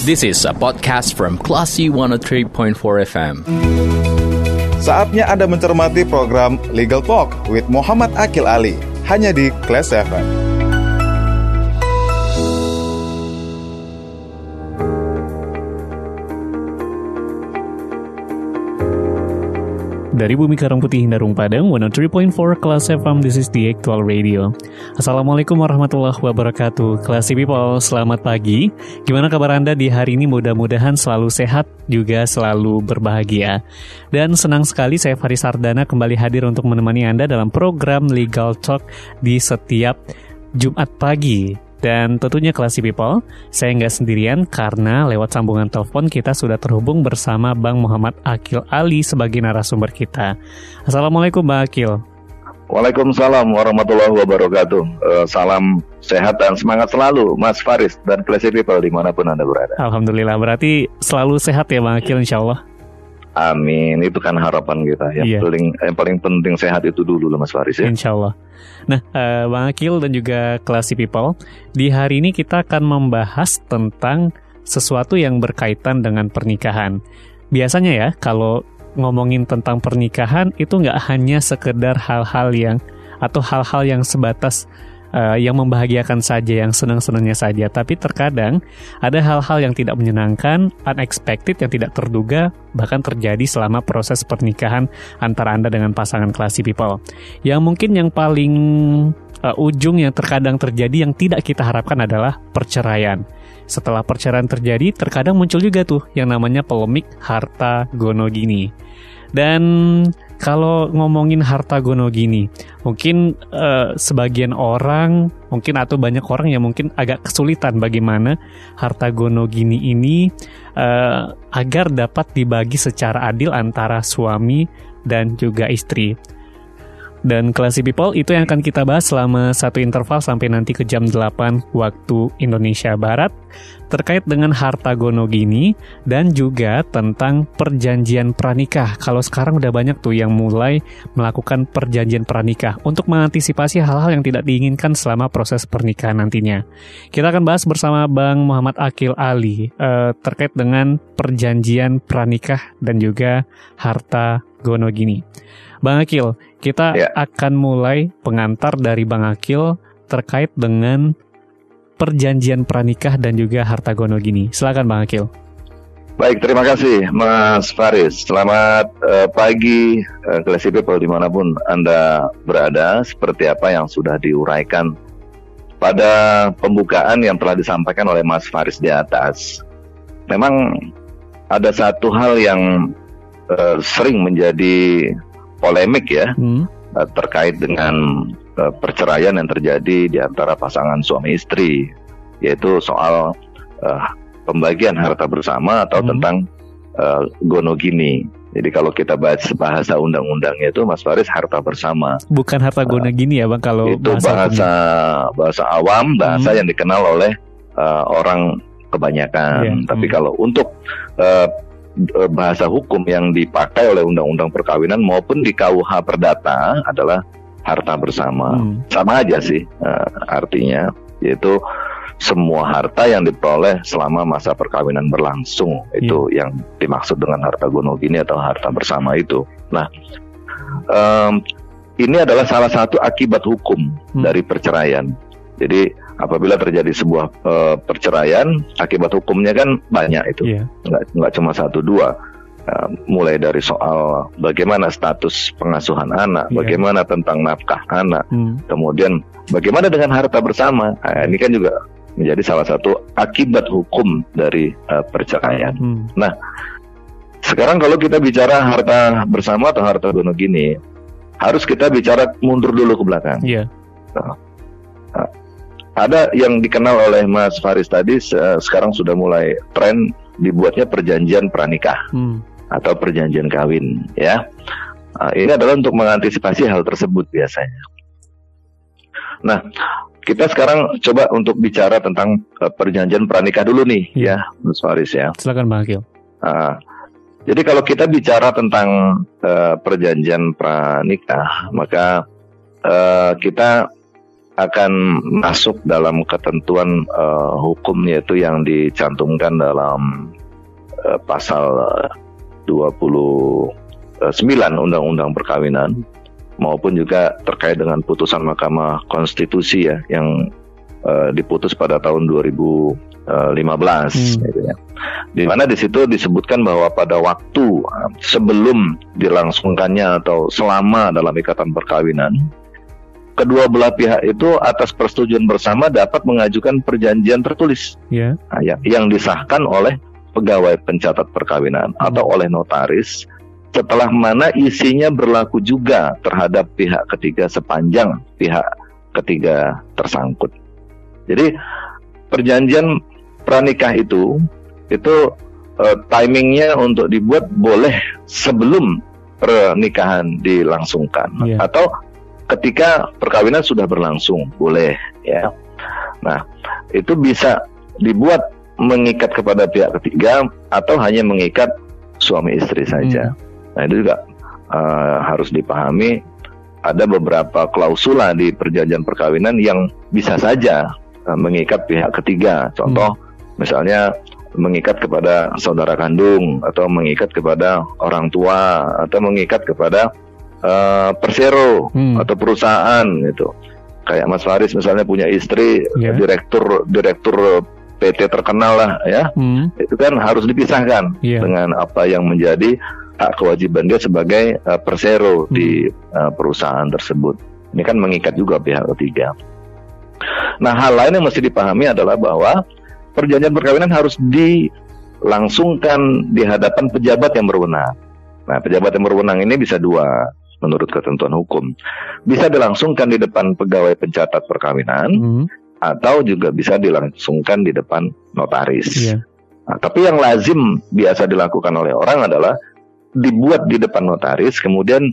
This is a podcast from Classy 103.4 FM. Saatnya Anda mencermati program Legal Talk with Muhammad Akil Ali, hanya di Classy FM. Dari Bumi Karang Putih Hindarung Padang 103.4 Classy FM, this is the actual radio. Assalamualaikum warahmatullahi wabarakatuh. Classy people, selamat pagi. Gimana kabar Anda di hari ini? Mudah-mudahan selalu sehat, juga selalu berbahagia. Dan senang sekali saya Faris Ardana kembali hadir untuk menemani Anda dalam program Legal Talk di setiap Jumat pagi. Dan tentunya Classy people, saya nggak sendirian karena lewat sambungan telepon kita sudah terhubung bersama Bang Muhammad Akil Ali sebagai narasumber kita. Assalamualaikum Bang Akil. Waalaikumsalam warahmatullahi wabarakatuh. Salam sehat dan semangat selalu Mas Faris dan Classy people dimanapun Anda berada. Alhamdulillah, berarti selalu sehat ya Bang Akil, insya Allah. Amin, itu kan harapan kita. Yang paling penting sehat itu dulu lah Mas Faris ya. Insya Allah. Nah, Bang Akil dan juga Classy people, di hari ini kita akan membahas tentang sesuatu yang berkaitan dengan pernikahan. Biasanya ya, kalau ngomongin tentang pernikahan itu nggak hanya sekedar hal-hal yang sebatas yang membahagiakan saja, yang senang-senangnya saja. Tapi terkadang ada hal-hal yang tidak menyenangkan, unexpected, yang tidak terduga, bahkan terjadi selama proses pernikahan antara Anda dengan pasangan Classy people. Yang mungkin yang paling ujung yang terkadang terjadi yang tidak kita harapkan adalah perceraian. Setelah perceraian terjadi, terkadang muncul juga tuh yang namanya polemik harta gono gini. Dan kalau ngomongin harta gono gini, mungkin sebagian orang, mungkin atau banyak orang yang mungkin agak kesulitan bagaimana harta gono gini ini agar dapat dibagi secara adil antara suami dan juga istri. Dan Classy people, itu yang akan kita bahas selama satu interval sampai nanti ke jam 8 waktu Indonesia Barat terkait dengan harta gono gini dan juga tentang perjanjian pranikah. Kalau sekarang udah banyak tuh yang mulai melakukan perjanjian pranikah untuk mengantisipasi hal-hal yang tidak diinginkan selama proses pernikahan nantinya. Kita akan bahas bersama Bang Muhammad Akil Ali terkait dengan perjanjian pranikah dan juga harta gono gini. Bang Akil, kita akan mulai pengantar dari Bang Akil terkait dengan perjanjian pranikah dan juga harta gono gini. Silakan Bang Akil. Baik, terima kasih Mas Faris. Selamat pagi Classy people dimanapun Anda berada. Seperti apa yang sudah diuraikan pada pembukaan yang telah disampaikan oleh Mas Faris di atas. Memang ada satu hal yang sering menjadi polemik ya, terkait dengan perceraian yang terjadi di antara pasangan suami istri, yaitu soal pembagian harta bersama atau tentang gono gini. Jadi kalau kita bahasa undang-undangnya itu Mas Faris harta bersama. Bukan harta gono gini ya Bang, kalau itu bahasa awam, bahasa yang dikenal oleh orang kebanyakan. Tapi kalau untuk bahasa hukum yang dipakai oleh Undang-Undang Perkawinan maupun di KUH Perdata adalah harta bersama. Sama aja sih artinya, yaitu semua harta yang diperoleh selama masa perkawinan berlangsung. Itu yang dimaksud dengan harta gono gini atau harta bersama itu. Nah, ini adalah salah satu akibat hukum dari perceraian. Jadi apabila terjadi sebuah perceraian, akibat hukumnya kan banyak itu, nggak cuma 1-2. Mulai dari soal bagaimana status pengasuhan anak, bagaimana tentang nafkah anak, kemudian bagaimana dengan harta bersama. Nah, ini kan juga menjadi salah satu akibat hukum dari perceraian. Nah, sekarang kalau kita bicara harta bersama atau harta gono gini, harus kita bicara mundur dulu ke belakang. Ada yang dikenal oleh Mas Faris tadi, sekarang sudah mulai tren dibuatnya perjanjian pranikah atau perjanjian kawin ya. Ini adalah untuk mengantisipasi hal tersebut biasanya. Nah, kita sekarang coba untuk bicara tentang perjanjian pranikah dulu nih ya Mas Faris ya. Silakan Bang Akil. Jadi kalau kita bicara tentang perjanjian pranikah, maka kita akan masuk dalam ketentuan hukum, yaitu yang dicantumkan dalam pasal 29 Undang-Undang Perkawinan, maupun juga terkait dengan putusan Mahkamah Konstitusi ya, yang diputus pada tahun 2015, gitu ya. Di mana di situ disebutkan bahwa pada waktu sebelum dilangsungkannya atau selama dalam ikatan perkawinan, kedua belah pihak itu atas persetujuan bersama dapat mengajukan perjanjian tertulis yang disahkan oleh pegawai pencatat perkawinan atau oleh notaris, setelah mana isinya berlaku juga terhadap pihak ketiga sepanjang pihak ketiga tersangkut. Jadi perjanjian pranikah itu timingnya untuk dibuat boleh sebelum pernikahan dilangsungkan atau ketika perkawinan sudah berlangsung boleh ya. Nah, itu bisa dibuat mengikat kepada pihak ketiga atau hanya mengikat suami istri saja. Nah, itu juga harus dipahami, ada beberapa klausula di perjanjian perkawinan yang bisa saja mengikat pihak ketiga. Contoh misalnya mengikat kepada saudara kandung, atau mengikat kepada orang tua, atau mengikat kepada persero atau perusahaan gitu. Kayak Mas Faris misalnya punya istri direktur PT terkenal lah ya, itu kan harus dipisahkan dengan apa yang menjadi hak kewajiban dia sebagai persero di perusahaan tersebut. Ini kan mengikat juga pihak ketiga. Nah, hal lain yang mesti dipahami adalah bahwa perjanjian perkawinan harus dilangsungkan di hadapan pejabat yang berwenang. Nah, pejabat yang berwenang ini bisa dua menurut ketentuan hukum. Bisa dilangsungkan di depan pegawai pencatat perkawinan, atau juga bisa dilangsungkan di depan notaris. Nah, tapi yang lazim biasa dilakukan oleh orang adalah dibuat di depan notaris, kemudian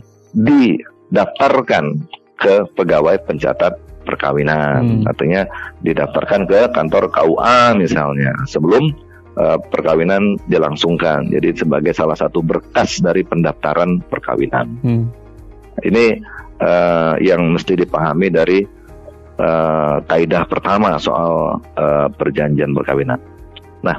didaftarkan ke pegawai pencatat perkawinan. Artinya didaftarkan ke kantor KUA misalnya sebelum perkawinan dilangsungkan. Jadi sebagai salah satu berkas dari pendaftaran perkawinan. Ini yang mesti dipahami dari kaidah pertama soal perjanjian perkawinan. Nah,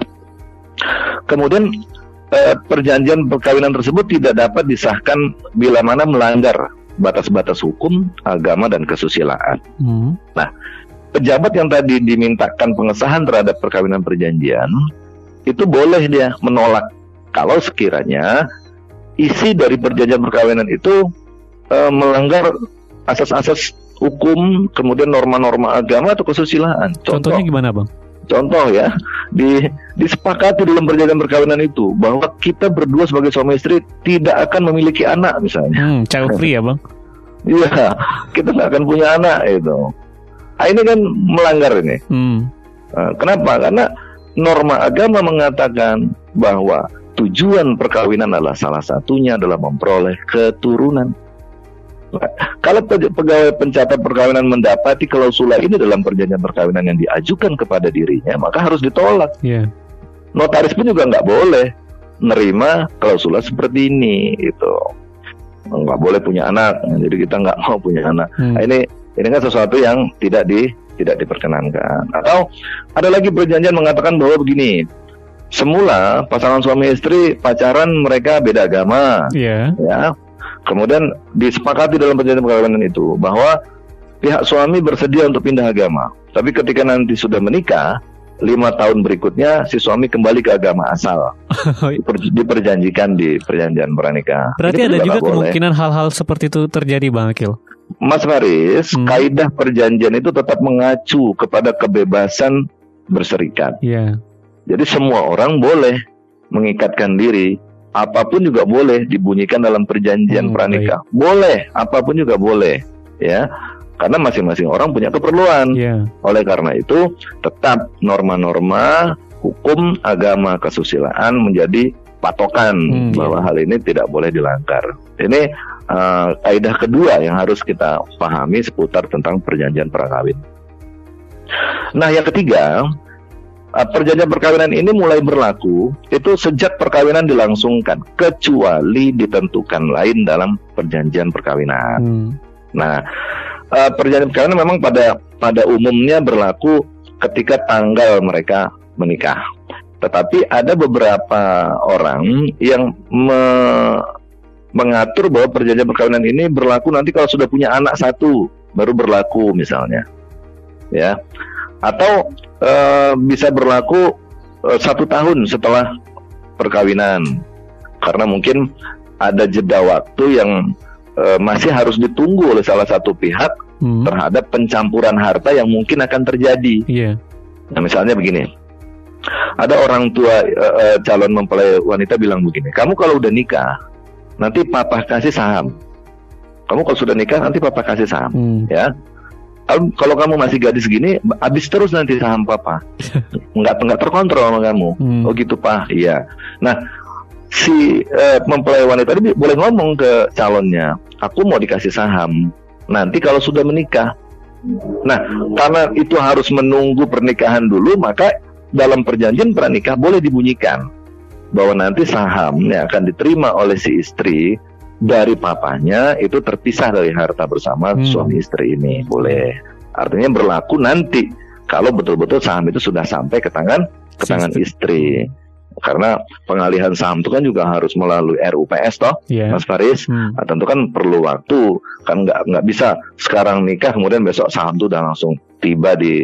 kemudian perjanjian perkawinan tersebut tidak dapat disahkan bila mana melanggar batas-batas hukum, agama, dan kesusilaan. Nah, pejabat yang tadi dimintakan pengesahan terhadap perkawinan perjanjian itu boleh dia menolak kalau sekiranya isi dari perjanjian perkawinan itu melanggar asas-asas hukum, kemudian norma-norma agama atau kesusilaan. Contohnya gimana, Bang? Contoh ya, disepakati dalam perjanjian perkawinan itu bahwa kita berdua sebagai suami istri tidak akan memiliki anak misalnya. Child free ya, Bang? Iya, kita nggak akan punya anak itu. Nah, ini kan melanggar ini. Kenapa? Karena norma agama mengatakan bahwa tujuan perkawinan adalah salah satunya adalah memperoleh keturunan. Nah, kalau pegawai pencatat perkawinan mendapati klausula ini dalam perjanjian perkawinan yang diajukan kepada dirinya, maka harus ditolak. Notaris pun juga nggak boleh nerima klausula seperti ini, itu nggak boleh punya anak. Jadi kita nggak mau punya anak. Nah, ini kan sesuatu yang tidak diperkenankan. Atau ada lagi perjanjian mengatakan bahwa begini. Semula pasangan suami istri pacaran, mereka beda agama, ya. Kemudian disepakati dalam perjanjian perkawinan itu bahwa pihak suami bersedia untuk pindah agama. Tapi ketika nanti sudah menikah, 5 tahun berikutnya si suami kembali ke agama asal. Diperjanjikan di perjanjian pernikahan. Berarti ada juga kemungkinan hal-hal seperti itu terjadi, Bang Akil? Mas Faris, kaidah perjanjian itu tetap mengacu kepada kebebasan berserikat. Jadi semua orang boleh mengikatkan diri. Apapun juga boleh dibunyikan dalam perjanjian pranikah. Boleh, apapun juga boleh, ya. Karena masing-masing orang punya keperluan. Oleh karena itu, tetap norma-norma hukum, agama, kesusilaan menjadi patokan bahwa hal ini tidak boleh dilanggar. Ini kaidah kedua yang harus kita pahami seputar tentang perjanjian prakawin. Nah, yang ketiga, perjanjian perkawinan ini mulai berlaku itu sejak perkawinan dilangsungkan, kecuali ditentukan lain dalam perjanjian perkawinan. Nah, perjanjian perkawinan memang pada umumnya berlaku ketika tanggal mereka menikah. Tetapi ada beberapa orang yang mengatur bahwa perjanjian perkawinan ini berlaku nanti kalau sudah punya anak satu baru berlaku misalnya, ya. Atau bisa berlaku 1 tahun setelah perkawinan, karena mungkin ada jeda waktu yang masih harus ditunggu oleh salah satu pihak terhadap pencampuran harta yang mungkin akan terjadi. Nah, misalnya begini, ada orang tua calon mempelai wanita bilang begini, kamu kalau udah nikah nanti papa kasih saham. Kamu kalau sudah nikah nanti papa kasih saham, ya. Kalau kamu masih gadis gini, habis terus nanti saham papa, nggak terkontrol sama kamu. Oh gitu pak, iya. Nah, si mempelai wanita ini boleh ngomong ke calonnya, aku mau dikasih saham nanti kalau sudah menikah. Nah, karena itu harus menunggu pernikahan dulu, maka dalam perjanjian pranikah boleh dibunyikan bahwa nanti saham yang akan diterima oleh si istri dari papanya itu terpisah dari harta bersama suami istri ini. Boleh. Artinya berlaku nanti kalau betul-betul saham itu sudah sampai ke tangan istri. Karena pengalihan saham itu kan juga harus melalui RUPS toh, Mas Faris. Nah, tentu kan perlu waktu, kan nggak bisa sekarang nikah kemudian besok saham itu udah langsung tiba di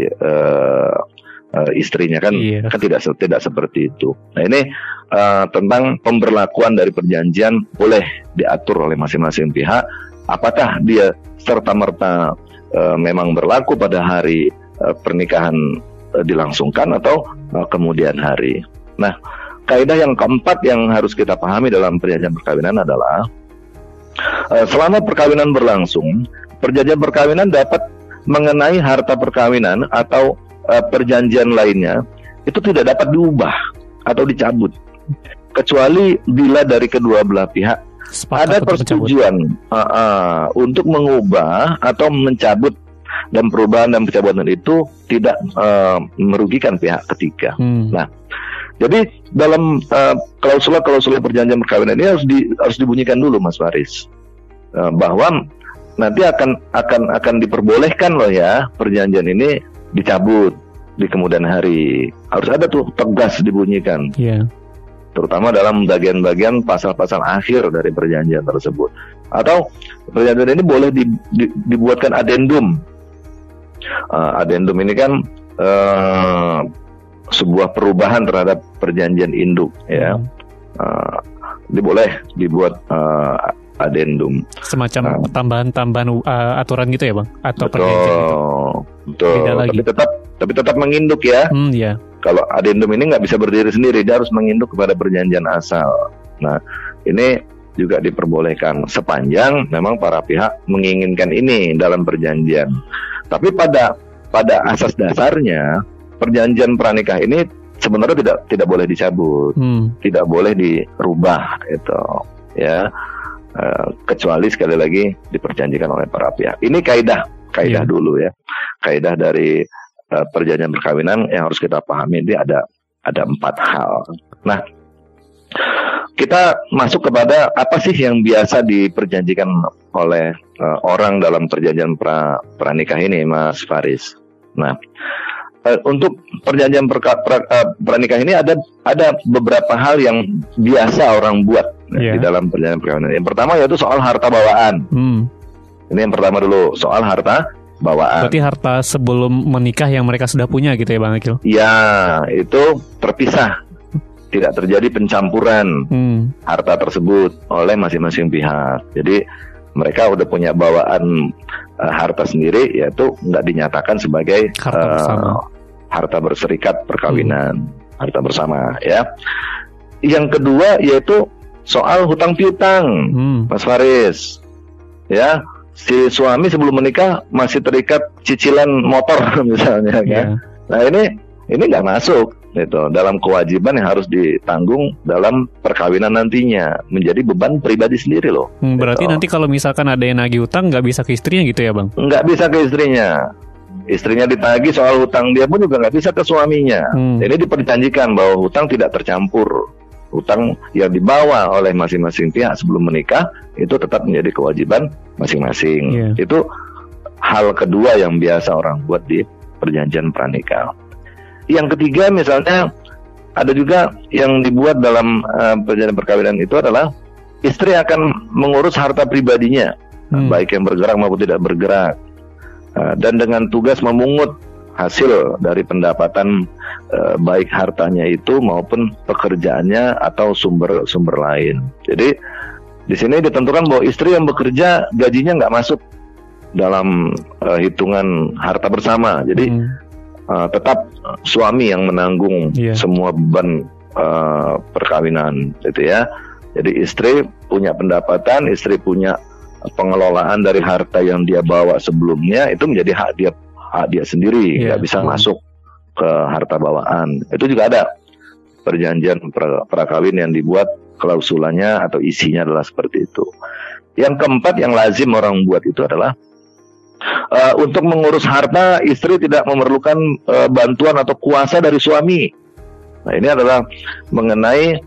istrinya kan, kan tidak seperti itu. Nah ini tentang pemberlakuan dari perjanjian boleh diatur oleh masing-masing pihak. Apakah dia serta-merta memang berlaku pada hari pernikahan dilangsungkan atau kemudian hari. Nah, kaidah yang keempat yang harus kita pahami dalam perjanjian perkawinan adalah selama perkawinan berlangsung, perjanjian perkawinan dapat mengenai harta perkawinan atau perjanjian lainnya itu tidak dapat diubah atau dicabut kecuali bila dari kedua belah pihak ada persetujuan untuk mengubah atau mencabut, dan perubahan dan pencabutan itu tidak merugikan pihak ketiga. Nah, jadi dalam klausula perjanjian perkawinan ini harus dibunyikan dulu, Mas Faris, bahwa nanti akan diperbolehkan loh ya perjanjian ini dicabut di kemudian hari. Harus ada tuh tegas dibunyikan. Terutama dalam bagian-bagian pasal-pasal akhir dari perjanjian tersebut. Atau perjanjian ini boleh dibuatkan adendum. Adendum ini kan sebuah perubahan terhadap perjanjian induk, ya. Boleh dibuat adendum, semacam tambahan aturan gitu ya bang, atau betul, perjanjian gitu. Betul. Tapi tetap menginduk ya. Kalau adendum ini nggak bisa berdiri sendiri, dia harus menginduk kepada perjanjian asal. Nah, ini juga diperbolehkan sepanjang memang para pihak menginginkan ini dalam perjanjian. Tapi pada asas dasarnya perjanjian pranikah ini sebenarnya tidak boleh dicabut, tidak boleh dirubah itu, ya. Kecuali sekali lagi diperjanjikan oleh para pihak. Ini kaidah dulu ya. Kaidah dari perjanjian perkawinan yang harus kita pahami ini ada 4 hal. Nah, kita masuk kepada apa sih yang biasa diperjanjikan oleh orang dalam perjanjian pranikah ini, Mas Faris. Nah, untuk perjanjian pranikah ini ada beberapa hal yang biasa orang buat di dalam perjanjian perkawinan. Yang pertama yaitu soal harta bawaan. Ini yang pertama dulu, soal harta bawaan. Berarti harta sebelum menikah yang mereka sudah punya gitu ya Bang Akil? Ya, itu terpisah. Tidak terjadi pencampuran harta tersebut oleh masing-masing pihak. Jadi mereka udah punya bawaan harta sendiri, yaitu nggak dinyatakan sebagai harta berserikat perkawinan, harta bersama, ya. Yang kedua yaitu soal hutang piutang, Mas Faris, ya. Si suami sebelum menikah masih terikat cicilan motor misalnya, kan? Nah ini nggak masuk itu dalam kewajiban yang harus ditanggung dalam perkawinan nantinya, menjadi beban pribadi sendiri loh. Berarti gitu. Nanti kalau misalkan ada yang nagih hutang nggak bisa ke istrinya gitu ya bang? Nggak bisa ke istrinya ditagih soal hutang dia pun juga nggak bisa ke suaminya. Ini diperjanjikan bahwa hutang tidak tercampur. Hutang yang dibawa oleh masing-masing pihak sebelum menikah itu tetap menjadi kewajiban masing-masing. Itu hal kedua yang biasa orang buat di perjanjian pranikah. Yang ketiga misalnya ada juga yang dibuat dalam perjanjian perkawinan itu adalah istri akan mengurus harta pribadinya, baik yang bergerak maupun tidak bergerak, dan dengan tugas memungut hasil dari pendapatan baik hartanya itu maupun pekerjaannya atau sumber lain. Jadi di sini ditentukan bahwa istri yang bekerja gajinya nggak masuk dalam hitungan harta bersama. Jadi tetap suami yang menanggung semua beban perkawinan, gitu ya. Jadi istri punya pendapatan, istri punya pengelolaan dari harta yang dia bawa sebelumnya, itu menjadi hak dia sendiri, nggak bisa masuk ke harta bawaan. Itu juga ada perjanjian prakawin yang dibuat klausulanya atau isinya adalah seperti itu. Yang keempat yang lazim orang buat itu adalah untuk mengurus harta, istri tidak memerlukan bantuan atau kuasa dari suami. Nah, ini adalah mengenai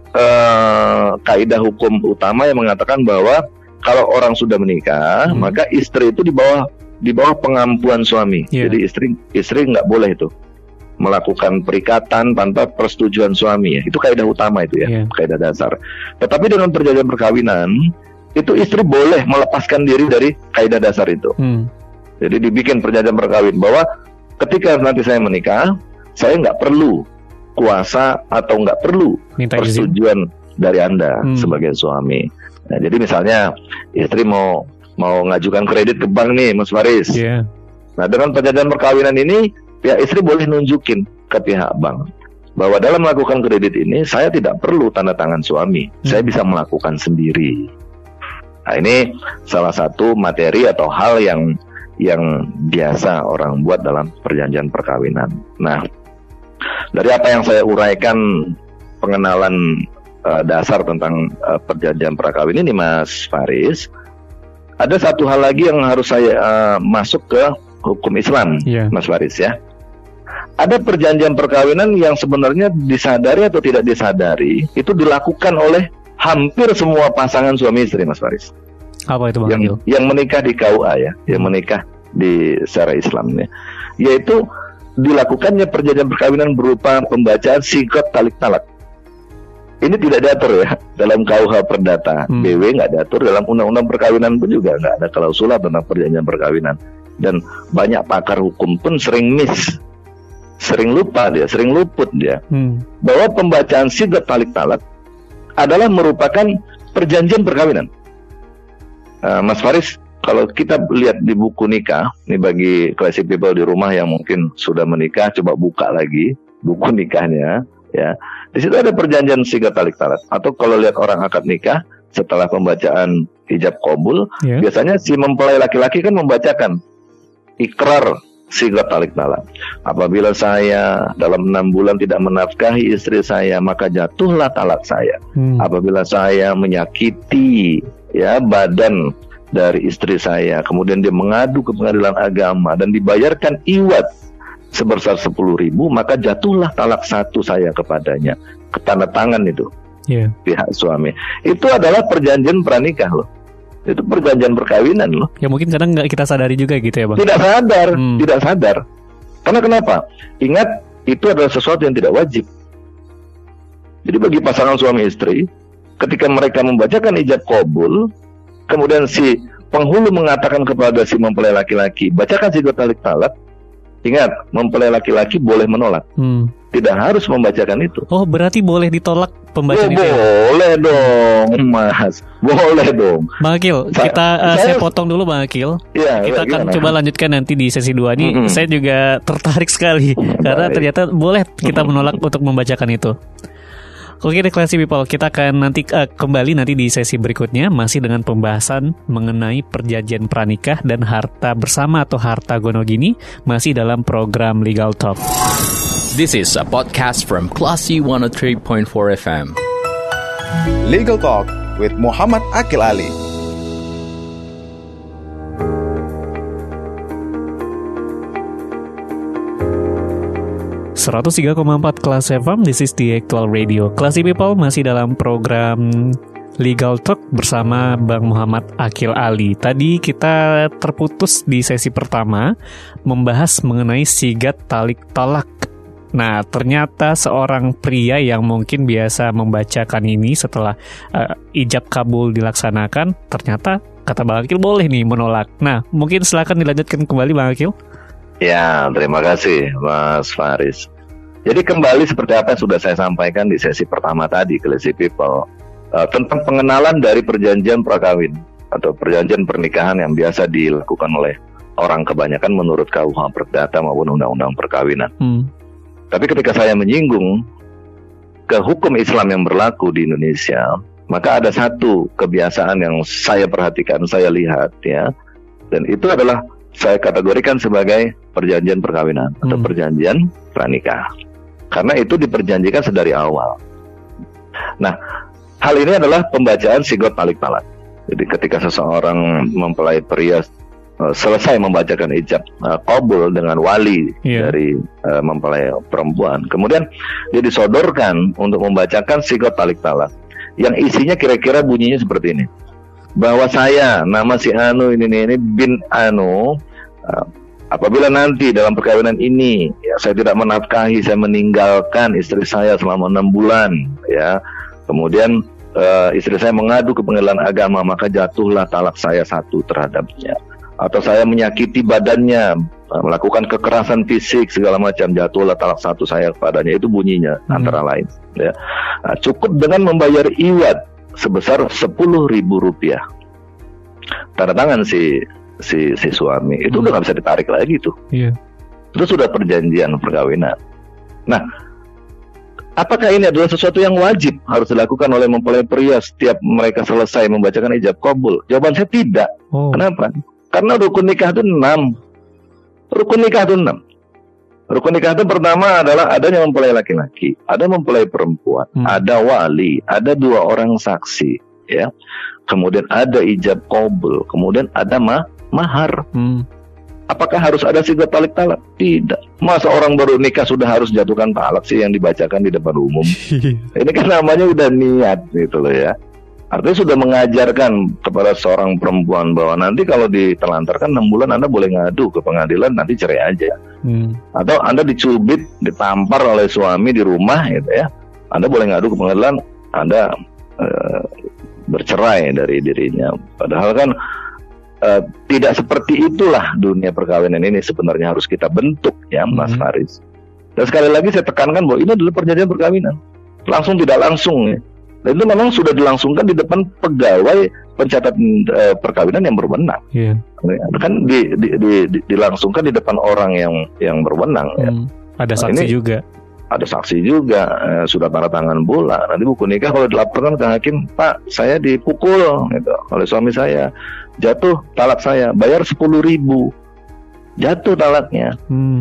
kaidah hukum utama yang mengatakan bahwa kalau orang sudah menikah, maka istri itu di bawah pengampuan suami. Jadi istri nggak boleh itu melakukan perikatan tanpa persetujuan suami. Itu kaidah utama itu ya, kaidah dasar. Tetapi dengan perjanjian perkawinan itu istri boleh melepaskan diri dari kaidah dasar itu. Jadi dibikin perjanjian perkawin bahwa ketika nanti saya menikah, saya nggak perlu kuasa atau nggak perlu persetujuan dari Anda sebagai suami. Nah, jadi misalnya istri mau ngajukan kredit ke bank nih, Mas Faris. Nah, dengan perjanjian perkawinan ini, pihak istri boleh nunjukin ke pihak bank bahwa dalam melakukan kredit ini saya tidak perlu tanda tangan suami, saya bisa melakukan sendiri. Nah, ini salah satu materi atau hal yang biasa orang buat dalam perjanjian perkawinan. Nah, dari apa yang saya uraikan pengenalan dasar tentang perjanjian perkawinan ini, Mas Faris, ada satu hal lagi yang harus saya masuk ke hukum Islam, Mas Faris ya. Ada perjanjian perkawinan yang sebenarnya disadari atau tidak disadari itu dilakukan oleh hampir semua pasangan suami istri, Mas Faris. Apa itu, Bang? Yang menikah di KUA ya, yang menikah di secara Islamnya, yaitu dilakukannya perjanjian perkawinan berupa pembacaan sigat talik talak. Ini tidak diatur ya dalam KUH Perdata, BW nggak diatur, dalam undang-undang perkawinan pun juga nggak ada klausul tentang perjanjian perkawinan. Dan banyak pakar hukum pun sering luput dia bahwa pembacaan sigat talik talak adalah merupakan perjanjian perkawinan. Mas Faris, kalau kita lihat di buku nikah, ini bagi classy people di rumah yang mungkin sudah menikah, coba buka lagi buku nikahnya, ya. Di situ ada perjanjian sigat talik talak. Atau kalau lihat orang akad nikah setelah pembacaan ijab qabul, biasanya si mempelai laki-laki kan membacakan ikrar sigat talik talak. Apabila saya dalam 6 bulan tidak menafkahi istri saya, maka jatuhlah talak saya. Apabila saya menyakiti badan dari istri saya, kemudian dia mengadu ke pengadilan agama dan dibayarkan iwat sebesar 10.000, maka jatuhlah talak 1 saya kepadanya. Tanda tangan itu pihak suami. Itu adalah perjanjian pranikah loh. Itu perjanjian perkawinan loh. Ya mungkin kadang nggak kita sadari juga gitu ya, Bang. Tidak sadar. Karena kenapa? Ingat, itu adalah sesuatu yang tidak wajib. Jadi bagi pasangan suami istri, ketika mereka membacakan ijab qabul, kemudian si penghulu mengatakan kepada si mempelai laki-laki, bacakan sigat talik talak. Ingat, mempelai laki-laki boleh menolak. Tidak harus membacakan itu. Oh, berarti boleh ditolak pembacaan itu? Boleh dong, Mas. Boleh dong. Bang Akil, saya potong dulu, Bang Akil. Kita akan coba lanjutkan nanti di sesi 2 ini. Saya juga tertarik sekali karena ternyata boleh kita menolak untuk membacakan itu. Oke deh, classy people, kita akan nanti kembali nanti di sesi berikutnya masih dengan pembahasan mengenai perjanjian pranikah dan harta bersama atau harta gonogini masih dalam program Legal Talk. This is a podcast from Classy 103.4 FM. Legal Talk with Muhammad Akil Ali. 103,4 Kelas FM, this is the actual radio. Classy people, masih dalam program Legal Talk bersama Bang Muhammad Akil Ali. Tadi kita terputus di sesi pertama membahas mengenai sigat talik talak. Nah, ternyata seorang pria yang mungkin biasa membacakan ini setelah ijab kabul dilaksanakan, ternyata kata Bang Akil boleh nih menolak. Nah, mungkin silakan dilanjutkan kembali Bang Akil. Ya, terima kasih Mas Faris. Jadi kembali seperti apa yang sudah saya sampaikan di sesi pertama tadi, Classy People, tentang pengenalan dari perjanjian prakawin atau perjanjian pernikahan yang biasa dilakukan oleh orang kebanyakan menurut KUH Perdata maupun Undang-Undang Perkawinan. Tapi ketika saya menyinggung ke hukum Islam yang berlaku di Indonesia, maka ada satu kebiasaan yang saya perhatikan, saya lihat ya, dan itu adalah saya kategorikan sebagai perjanjian perkawinan atau perjanjian pranikah, karena itu diperjanjikan sedari awal. Nah, hal ini adalah pembacaan sigot talik talak. Jadi ketika seseorang mempelai pria selesai membacakan ijab qabul dengan wali dari mempelai perempuan, kemudian dia disodorkan untuk membacakan sigot talik talak yang isinya kira-kira bunyinya seperti ini, bahwa saya nama si Anu ini bin Anu, apabila nanti dalam perkawinan ini ya, saya tidak menafkahi, saya meninggalkan istri saya selama 6 bulan ya, kemudian istri saya mengadu ke pengadilan agama, maka jatuhlah talak saya 1 terhadapnya. Atau saya menyakiti badannya, melakukan kekerasan fisik segala macam, jatuhlah talak 1 saya kepadanya. Itu bunyinya antara lain ya. Nah, cukup dengan membayar iwad sebesar Rp10.000. Tanda tangan si suami itu udah nggak bisa ditarik lagi tuh. Itu sudah perjanjian perkawinan. Nah, apakah ini adalah sesuatu yang wajib harus dilakukan oleh mempelai pria setiap mereka selesai membacakan ijab qabul? Jawaban saya tidak. Kenapa? Karena rukun nikah itu 6. Rukun nikah itu 6. Rukun nikah itu pertama adalah adanya mempelai laki-laki, ada mempelai perempuan, ada wali, ada 2 orang saksi, ya. Kemudian ada ijab qabul, kemudian ada mahar. Apakah harus ada sigat talik talak? Tidak. Masa orang baru nikah sudah harus jatuhkan talak sih yang dibacakan di depan umum? Ini kan namanya udah niat gitu loh ya. Artinya sudah mengajarkan kepada seorang perempuan bahwa nanti kalau ditelantarkan 6 bulan Anda boleh ngadu ke pengadilan, nanti cerai aja. Atau Anda dicubit, ditampar oleh suami di rumah gitu ya, Anda boleh ngadu ke pengadilan, Anda bercerai dari dirinya. Padahal kan tidak seperti itulah dunia perkawinan ini sebenarnya harus kita bentuk ya Mas Faris. Dan sekali lagi saya tekankan bahwa ini adalah perjanjian perkawinan, langsung tidak langsung ya. Dan itu memang sudah dilangsungkan di depan pegawai pencatat perkawinan yang berwenang. Kan dilangsungkan di depan orang yang berwenang. Ya. Ada saksi juga. Ada saksi juga, sudah tanda tangan pula. Nanti buku nikah kalau dilaporkan ke hakim, Pak, saya dipukul gitu, oleh suami saya, jatuh talak saya, bayar 10.000, jatuh talaknya.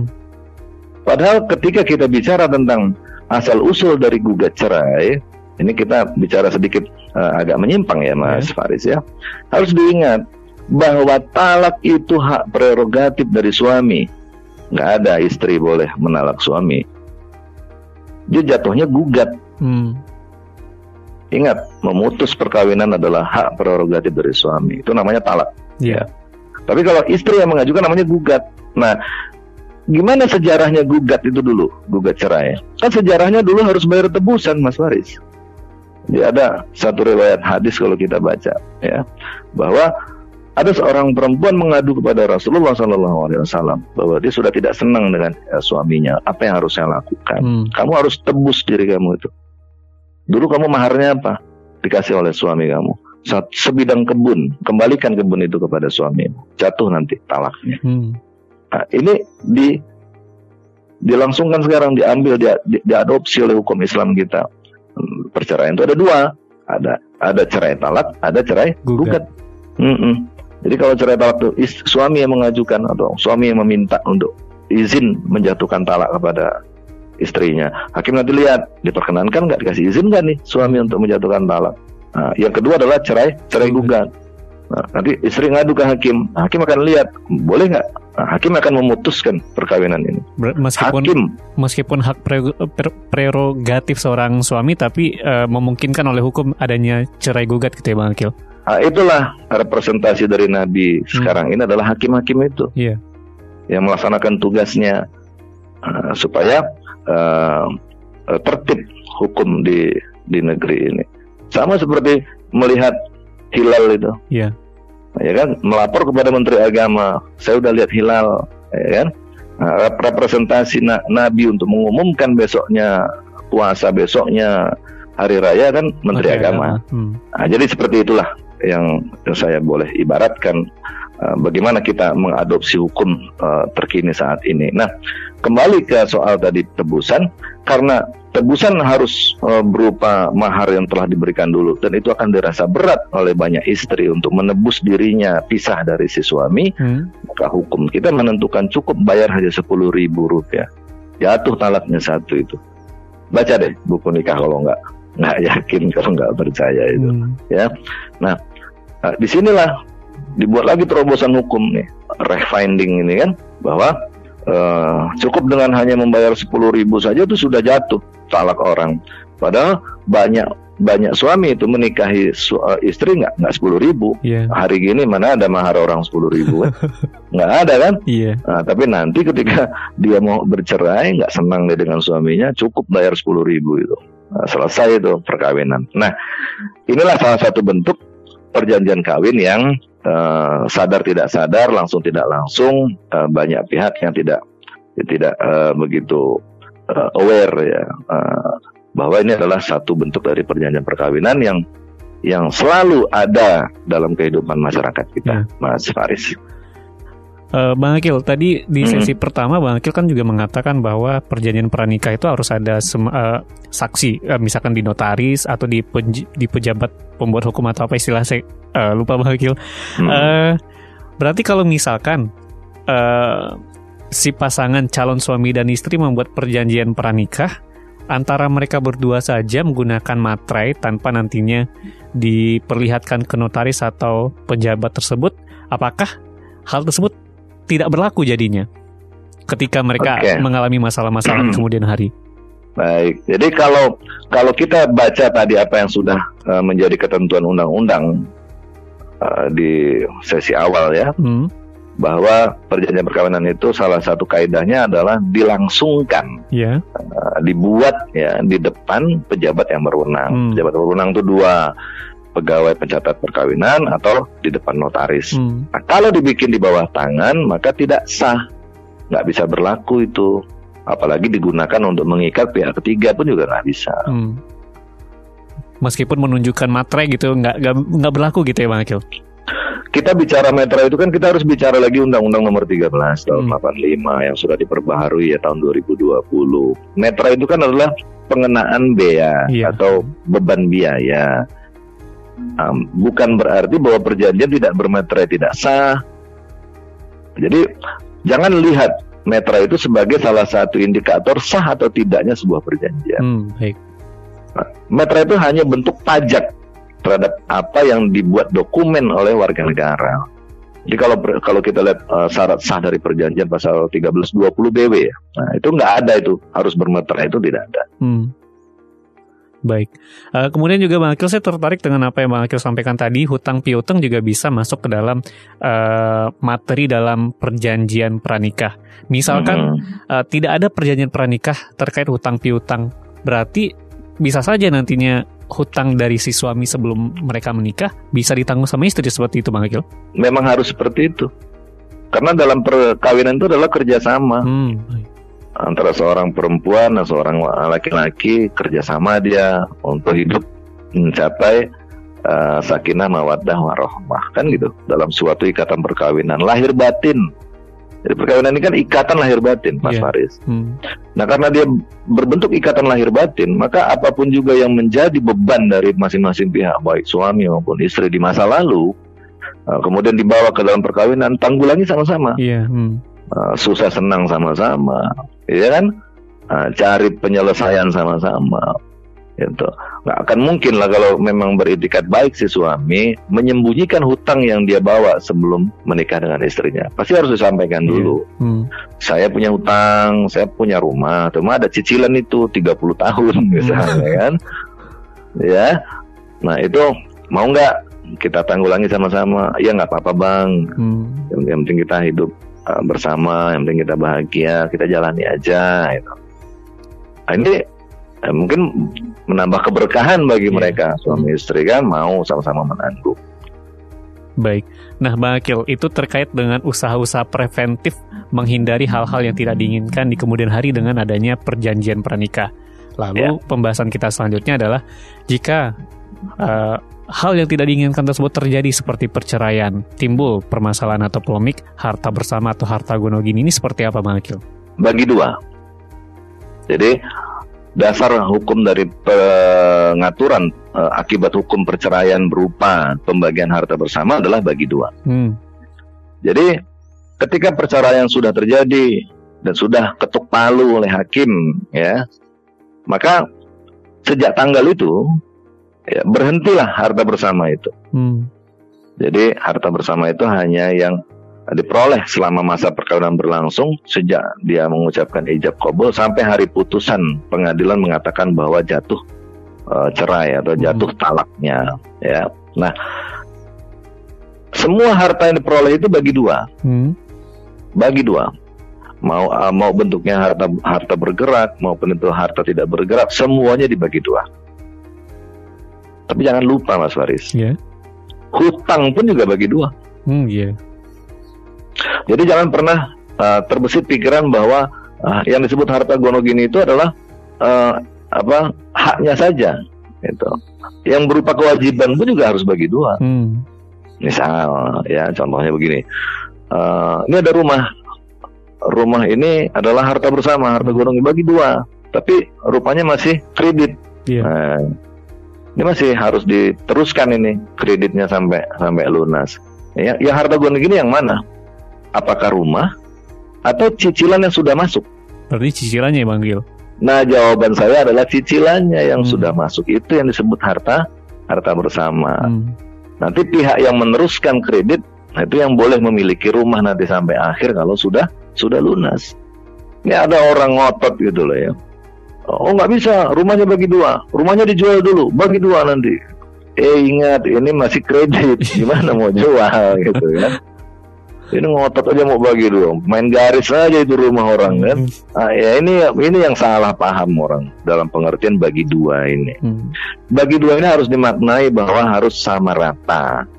Padahal ketika kita bicara tentang asal usul dari gugat cerai, ini kita bicara sedikit agak menyimpang ya Mas Faris ya. Harus diingat bahwa talak itu hak prerogatif dari suami. Nggak ada istri boleh menalak suami. Dia jatuhnya gugat. Ingat, memutus perkawinan adalah hak prerogatif dari suami. Itu namanya talak. Ya. Tapi kalau istri yang mengajukan namanya gugat. Nah, gimana sejarahnya gugat itu dulu? Gugat cerai. Kan sejarahnya dulu harus bayar tebusan Mas Faris. Jadi ada satu riwayat hadis kalau kita baca ya, bahwa ada seorang perempuan mengadu kepada Rasulullah SAW bahwa dia sudah tidak senang dengan suaminya. Apa yang harus saya lakukan? Kamu harus tebus diri kamu itu. Dulu kamu maharnya apa? Dikasih oleh suami kamu sebidang kebun, kembalikan kebun itu kepada suamimu. Jatuh nanti talaknya. Nah, ini dilangsungkan sekarang, diambil, diadopsi oleh hukum Islam kita. Perceraian itu ada 2, ada cerai talak, ada cerai gugat. Jadi kalau cerai talak itu suami yang mengajukan atau suami yang meminta untuk izin menjatuhkan talak kepada istrinya, hakim nanti lihat diperkenankan nggak, dikasih izin nggak nih suami untuk menjatuhkan talak. Nah, yang kedua adalah cerai gugat. Nah, nanti istri ngadu ke hakim, hakim akan lihat boleh nggak hakim akan memutuskan perkawinan ini. Meskipun hak prerogatif seorang suami, tapi memungkinkan oleh hukum adanya cerai gugat gitu ya Bang Akil. Itulah representasi dari Nabi sekarang ini adalah hakim-hakim itu, yang melaksanakan tugasnya supaya tertib hukum di negeri ini. Sama seperti melihat hilal itu. Ya kan, melapor kepada Menteri Agama, saya udah lihat hilal, ya kan. Representasi Nabi untuk mengumumkan besoknya puasa, besoknya hari raya kan Menteri Agama. Jadi seperti itulah yang saya boleh ibaratkan bagaimana kita mengadopsi hukum terkini saat ini. Nah, kembali ke soal tadi tebusan, karena tebusan harus berupa mahar yang telah diberikan dulu, dan itu akan dirasa berat oleh banyak istri untuk menebus dirinya pisah dari si suami. Maka hukum kita menentukan cukup bayar hanya Rp10.000. Jatuh talaknya satu itu. Baca deh buku nikah kalau nggak yakin, kalau nggak percaya itu. Ya. Nah, disinilah dibuat lagi terobosan hukum nih, refinding ini kan, bahwa cukup dengan hanya membayar 10.000 saja itu sudah jatuh talak orang. Padahal banyak suami itu menikahi istri nggak 10.000. Hari gini mana ada mahar orang 10.000 kan? Nggak ada kan? Nah, tapi nanti ketika dia mau bercerai, nggak senang deh dengan suaminya, cukup bayar 10.000 itu. Nah, selesai itu perkawinan. Nah, inilah salah satu bentuk perjanjian kawin yang sadar tidak sadar, langsung tidak langsung, banyak pihak yang tidak begitu aware ya, bahwa ini adalah satu bentuk dari perjanjian perkawinan yang selalu ada dalam kehidupan masyarakat kita, Mas Faris. Bang Akil, tadi di sesi pertama Bang Akil kan juga mengatakan bahwa perjanjian pranikah itu harus ada saksi, misalkan di notaris atau di pejabat pembuat hukum atau apa istilah, saya lupa Bang Akil. Berarti kalau misalkan si pasangan calon suami dan istri membuat perjanjian pranikah, antara mereka berdua saja menggunakan materai tanpa nantinya diperlihatkan ke notaris atau pejabat tersebut, apakah hal tersebut tidak berlaku jadinya ketika mereka mengalami masalah-masalah di kemudian hari? Baik, jadi kalau kita baca tadi apa yang sudah menjadi ketentuan undang-undang di sesi awal ya, bahwa perjanjian perkawinan itu salah satu kaidahnya adalah dilangsungkan, dibuat ya di depan pejabat yang berwenang. Pejabat berwenang itu 2, pegawai pencatat perkawinan atau di depan notaris. Nah, kalau dibikin di bawah tangan maka tidak sah, nggak bisa berlaku itu. Apalagi digunakan untuk mengikat pihak ketiga pun juga nggak bisa. Meskipun menunjukkan materai gitu, nggak berlaku gitu ya Bang Akil? Kita bicara materai itu kan kita harus bicara lagi Undang-Undang Nomor 13 tahun 85 yang sudah diperbaharui ya tahun 2020. Materai itu kan adalah pengenaan bea atau beban biaya. Bukan berarti bahwa perjanjian tidak bermaterai tidak sah. Jadi jangan lihat materai itu sebagai salah satu indikator sah atau tidaknya sebuah perjanjian. Materai itu hanya bentuk pajak terhadap apa yang dibuat dokumen oleh warga negara. Jadi kalau kita lihat syarat sah dari perjanjian pasal 1320 BW ya, nah itu nggak ada, itu harus bermaterai, itu tidak ada. Baik. Kemudian juga Bang Akil, saya tertarik dengan apa yang Bang Akil sampaikan tadi, hutang piutang juga bisa masuk ke dalam materi dalam perjanjian pranikah. Misalkan tidak ada perjanjian pranikah terkait hutang piutang, berarti bisa saja nantinya hutang dari si suami sebelum mereka menikah bisa ditanggung sama istri, seperti itu Bang Akil? Memang harus seperti itu, karena dalam perkawinan itu adalah kerjasama. Antara seorang perempuan dan seorang laki-laki, kerjasama dia untuk hidup mencapai sakinah mawaddah warahmah, kan gitu, dalam suatu ikatan perkawinan lahir batin. Jadi perkawinan ini kan ikatan lahir batin, Mas Faris. Nah, karena dia berbentuk ikatan lahir batin, maka apapun juga yang menjadi beban dari masing-masing pihak, baik suami maupun istri di masa lalu, kemudian dibawa ke dalam perkawinan, tanggulangi sama-sama. Susah senang sama-sama, ya kan? Cari penyelesaian sama-sama. Gitu. Nggak akan mungkin lah kalau memang beritikat baik si suami menyembunyikan hutang yang dia bawa sebelum menikah dengan istrinya. Pasti harus disampaikan dulu. Saya punya hutang, saya punya rumah, cuma ada cicilan itu 30 tahun misalnya kan. Ya. Nah itu mau nggak kita tanggulangi sama-sama? Ya nggak apa-apa bang. Yang penting kita hidup bersama, yang penting kita bahagia, kita jalani aja. Gitu. Nah, ini mungkin menambah keberkahan bagi mereka, suami istri kan mau sama-sama menanggung. Baik. Nah, Bang Akil, itu terkait dengan usaha-usaha preventif menghindari hal-hal yang tidak diinginkan di kemudian hari dengan adanya perjanjian pranikah. Lalu pembahasan kita selanjutnya adalah jika hal yang tidak diinginkan tersebut terjadi seperti perceraian, timbul permasalahan atau polemik, harta bersama atau harta gonogini ini seperti apa, Bang Akil? Bagi dua. Jadi dasar hukum dari pengaturan akibat hukum perceraian berupa pembagian harta bersama adalah bagi dua. Jadi ketika perceraian sudah terjadi dan sudah ketuk palu oleh hakim, ya, maka sejak tanggal itu ya, berhentilah harta bersama itu. Jadi harta bersama itu hanya yang diperoleh selama masa perkawinan berlangsung sejak dia mengucapkan ijab qabul sampai hari putusan pengadilan mengatakan bahwa jatuh cerai atau jatuh talaknya, ya. Nah, semua harta yang diperoleh itu bagi dua. Bagi dua. Mau bentuknya harta bergerak maupun itu harta tidak bergerak, semuanya dibagi dua. Tapi jangan lupa Mas Faris, hutang pun juga bagi dua. Jadi jangan pernah terbesit pikiran bahwa yang disebut harta gonogini itu adalah haknya saja, gitu. Yang berupa kewajiban pun juga harus bagi dua. Misal, ya contohnya begini, ini ada rumah ini adalah harta bersama, harta gonogini bagi dua, tapi rupanya masih kredit. Nah, ini masih harus diteruskan ini kreditnya sampai lunas. Ya, harta gonogini yang mana? Apakah rumah atau cicilan yang sudah masuk? Berarti cicilannya ya Bang Gil? Nah, jawaban saya adalah cicilannya yang sudah masuk. Itu yang disebut harta bersama. Nanti pihak yang meneruskan kredit, nah itu yang boleh memiliki rumah nanti sampai akhir kalau sudah lunas. Ini ada orang ngotot gitu loh ya. Oh nggak bisa, rumahnya bagi dua, rumahnya dijual dulu, bagi dua nanti. Ingat ini masih kredit, gimana mau jual gitu kan? Ini ngotot aja mau bagi dua, main garis aja itu rumah orang kan. Ya ini yang salah paham orang dalam pengertian bagi dua ini. Bagi dua ini harus dimaknai bahwa harus sama rata,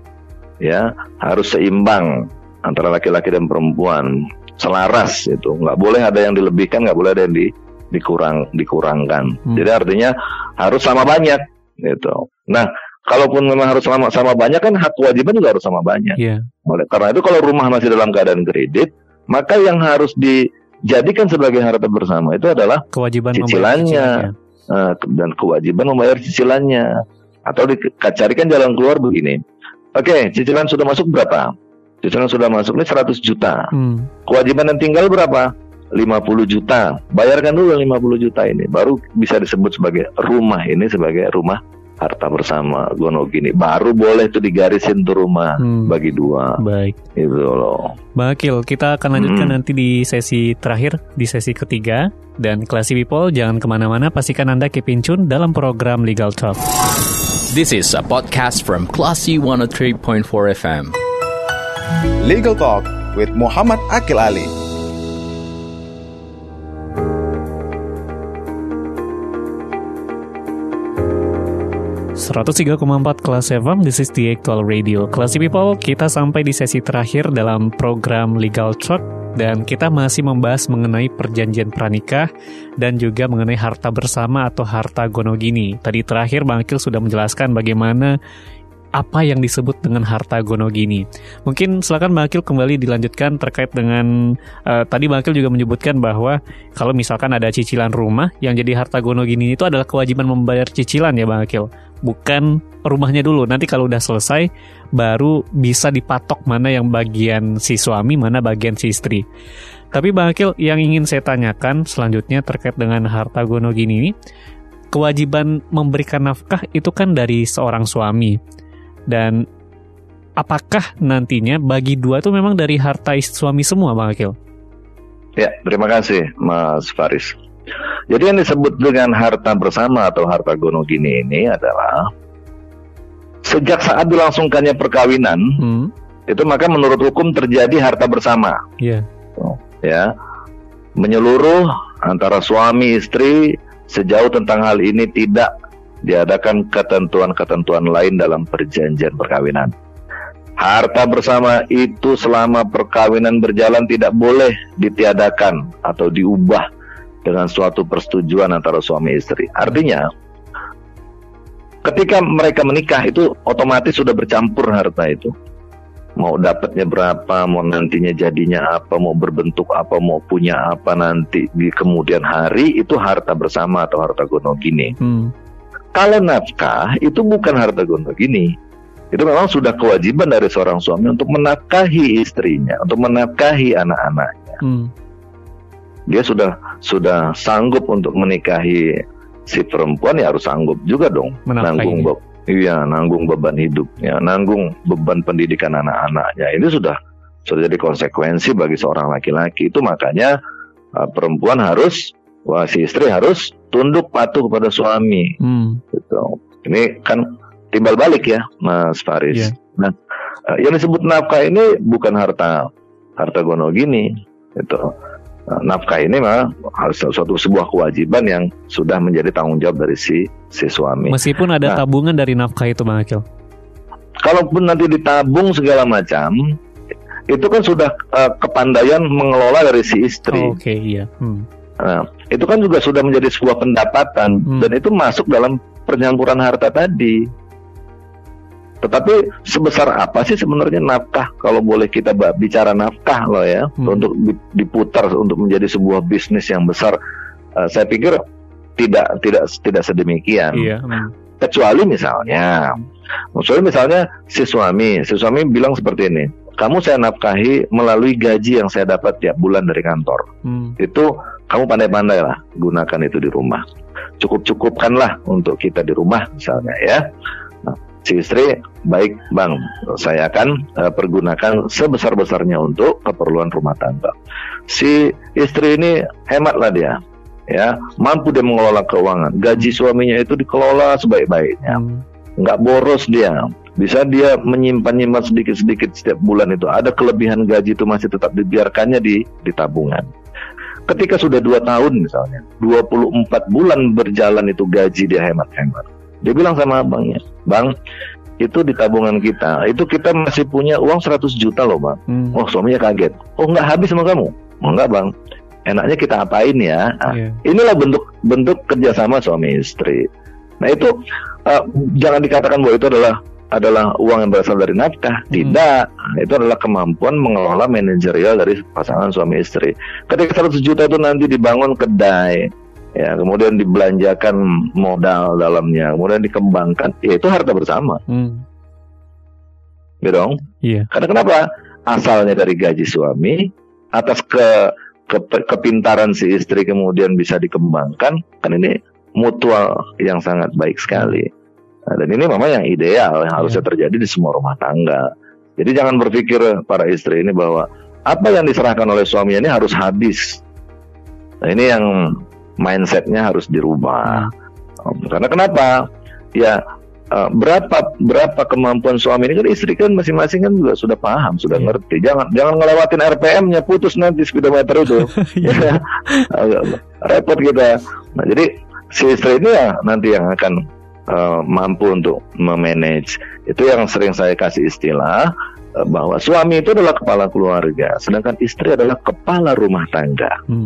ya, harus seimbang antara laki-laki dan perempuan, selaras itu. Nggak boleh ada yang dilebihkan, nggak boleh ada yang dikurangkan. Jadi artinya harus sama banyak gitu. Nah, kalaupun memang harus sama banyak kan hak kewajiban juga harus sama banyak. Oleh karena itu kalau rumah masih dalam keadaan kredit, maka yang harus dijadikan sebagai harta bersama itu adalah kewajiban cicilannya, dan kewajiban membayar cicilannya. Atau dicarikan jalan keluar begini. Oke, cicilan sudah masuk berapa? Cicilan sudah masuk ini 100 juta. Kewajiban yang tinggal berapa? 50 juta. Bayarkan dulu 50 juta ini, baru bisa disebut sebagai rumah ini, sebagai rumah harta bersama gonogini. Baru boleh tuh digarisin tuh rumah bagi dua. Baik. Itu loh. Bang Akil, kita akan lanjutkan nanti di sesi terakhir, di sesi ketiga. Dan Classy People, jangan kemana-mana, pastikan Anda keep in tune dalam program Legal Talk. This is a podcast from Classy 103.4 FM. Legal Talk with Muhammad Akil Ali. 103,4 Kelas FM, this is the actual radio. Classy People, kita sampai di sesi terakhir dalam program Legal Talk dan kita masih membahas mengenai perjanjian pranikah dan juga mengenai harta bersama atau harta gonogini. Tadi terakhir Bang Akil sudah menjelaskan bagaimana apa yang disebut dengan harta gonogini. Mungkin silakan Bang Akil kembali dilanjutkan terkait dengan tadi Bang Akil juga menyebutkan bahwa kalau misalkan ada cicilan rumah, yang jadi harta gonogini itu adalah kewajiban membayar cicilan ya Bang Akil, bukan rumahnya dulu. Nanti kalau udah selesai baru bisa dipatok mana yang bagian si suami, mana bagian si istri. Tapi Bang Akil, yang ingin saya tanyakan selanjutnya terkait dengan harta gonogini ini, kewajiban memberikan nafkah itu kan dari seorang suami. Dan apakah nantinya bagi dua itu memang dari harta suami semua, Bang Akil? Ya, terima kasih Mas Faris. Jadi yang disebut dengan harta bersama atau harta gonogini ini adalah sejak saat dilangsungkannya perkawinan, itu maka menurut hukum terjadi harta bersama. Yeah. Ya, menyeluruh antara suami istri sejauh tentang hal ini tidak diadakan ketentuan-ketentuan lain dalam perjanjian perkawinan. Harta bersama itu selama perkawinan berjalan tidak boleh ditiadakan atau diubah dengan suatu persetujuan antara suami istri. Artinya, ketika mereka menikah itu otomatis sudah bercampur harta itu. Mau dapatnya berapa, mau nantinya jadinya apa, mau berbentuk apa, mau punya apa nanti di kemudian hari, itu harta bersama atau harta gonogini. Kalau nafkah itu bukan harta gonogini. Itu memang sudah kewajiban dari seorang suami untuk menafkahi istrinya, untuk menafkahi anak-anaknya. Dia sudah sanggup untuk menikahi si perempuan, ya harus sanggup juga dong nanggung beban hidupnya, nanggung beban pendidikan anak-anaknya. Ini sudah jadi konsekuensi bagi seorang laki-laki. Itu makanya perempuan si istri harus tunduk patuh kepada suami. Gitu. Ini kan timbal balik ya, Mas Faris. Yeah. Nah, yang disebut nafkah ini bukan harta gonogini. Gitu. Nafkah ini memang harus sebuah kewajiban yang sudah menjadi tanggung jawab dari si suami. Meskipun ada tabungan dari nafkah itu, Bang Akil. Kalaupun nanti ditabung segala macam, itu kan sudah kepandaian mengelola dari si istri. Oke, iya. Nah, itu kan juga sudah menjadi sebuah pendapatan dan itu masuk dalam penyampuran harta tadi. Tetapi sebesar apa sih sebenarnya nafkah? Kalau boleh kita bicara nafkah loh ya, untuk diputar untuk menjadi sebuah bisnis yang besar, saya pikir tidak sedemikian. Iya. Kecuali misalnya si suami bilang seperti ini, kamu saya nafkahi melalui gaji yang saya dapat tiap bulan dari kantor. Itu kamu pandai-pandai lah gunakan itu di rumah. Cukup-cukupkanlah untuk kita di rumah misalnya ya. Si istri, baik bang, saya akan pergunakan sebesar-besarnya untuk keperluan rumah tangga. Si istri ini hematlah dia, ya, mampu dia mengelola keuangan. Gaji suaminya itu dikelola sebaik-baiknya, nggak boros dia. Bisa dia menyimpan sedikit-sedikit setiap bulan itu. Ada kelebihan gaji itu masih tetap dibiarkannya di tabungan. Ketika sudah 2 tahun misalnya, 24 bulan berjalan itu gaji dia hemat-hemat. Dia bilang sama abangnya, bang, itu di tabungan kita, itu kita masih punya uang 100 juta loh bang. Oh, suaminya kaget. Oh, nggak habis sama kamu? Oh, nggak bang. Enaknya kita apain ya? Inilah bentuk kerjasama suami istri. Nah itu jangan dikatakan bahwa itu adalah uang yang berasal dari nafkah. Tidak, itu adalah kemampuan mengelola manajerial dari pasangan suami istri. Ketika 100 juta itu nanti dibangun kedai, ya, kemudian dibelanjakan modal dalamnya, kemudian dikembangkan, ya itu harta bersama. Ya dong? Iya. Karena kenapa? Asalnya dari gaji suami, atas kepintaran si istri kemudian bisa dikembangkan, kan ini mutual yang sangat baik sekali. Nah, dan ini memang yang ideal, yang harusnya terjadi di semua rumah tangga. Jadi jangan berpikir para istri ini bahwa apa yang diserahkan oleh suaminya ini harus habis. Nah, ini yang mindsetnya harus dirubah. Karena kenapa? Ya berapa kemampuan suami ini kan istri kan masing-masing kan juga sudah paham, sudah ngerti. Jangan ngelewatin RPM-nya, putus nanti speedometer itu. Repot kita. Nah, jadi si istri ini ya nanti yang akan mampu untuk memanage. Itu yang sering saya kasih istilah bahwa suami itu adalah kepala keluarga, sedangkan istri adalah kepala rumah tangga.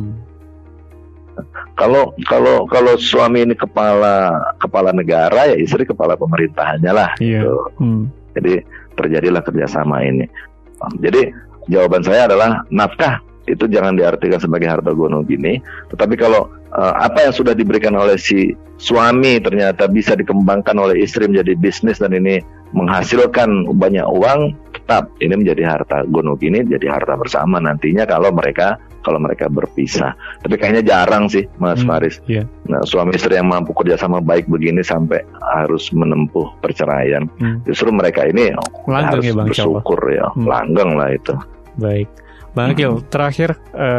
Kalau suami ini kepala negara, ya istri kepala pemerintahannya lah. Gitu. Jadi terjadilah kerjasama ini. Jadi jawaban saya adalah nafkah itu jangan diartikan sebagai harta gonogini, tetapi kalau apa yang sudah diberikan oleh si suami ternyata bisa dikembangkan oleh istri menjadi bisnis dan ini menghasilkan banyak uang, tetap ini menjadi harta gonogini, jadi harta bersama nantinya kalau mereka kalau mereka berpisah. Tapi kayaknya jarang sih, Mas Faris. Yeah. Nah, suami istri yang mampu kerjasama baik begini sampai harus menempuh perceraian. Justru mereka ini langgeng harus ya, Bang, bersyukur ya, langgeng lah itu. Baik, Bang Akil, terakhir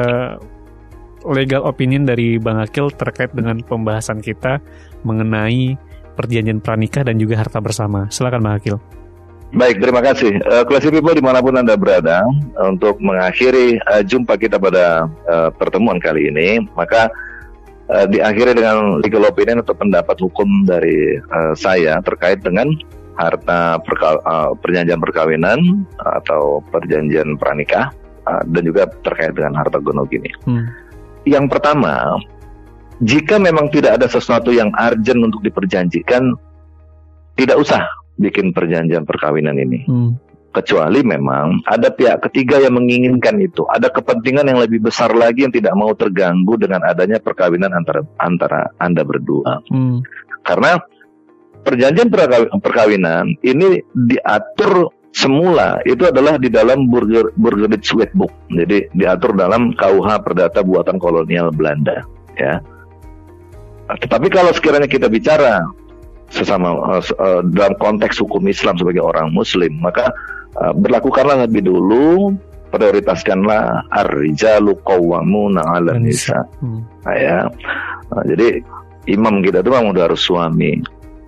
legal opinion dari Bang Akil terkait dengan pembahasan kita mengenai perjanjian pranikah dan juga harta bersama. Silakan Bang Akil. Baik, terima kasih. Classy People dimanapun Anda berada, untuk mengakhiri jumpa kita pada pertemuan kali ini, maka diakhiri dengan legal opinion atau pendapat hukum dari saya terkait dengan harta perjanjian perkawinan atau perjanjian pranikah, dan juga terkait dengan harta gonogini. Yang pertama, jika memang tidak ada sesuatu yang urgent untuk diperjanjikan, tidak usah bikin perjanjian perkawinan ini. Kecuali memang ada pihak ketiga yang menginginkan itu. Ada kepentingan yang lebih besar lagi yang tidak mau terganggu dengan adanya perkawinan antara Anda berdua. Karena perjanjian perkawinan ini diatur semula itu adalah di dalam Burgerlijk Wetboek. Jadi diatur dalam KUH Perdata Buatan Kolonial Belanda, ya. Tetapi kalau sekiranya kita bicara sesama dalam konteks hukum Islam sebagai orang Muslim, maka berlakukanlah lebih dulu, prioritaskanlah ar-rijalu qawwamuna 'alan nisa. Ya. Jadi imam kita itu memang udah harus suami.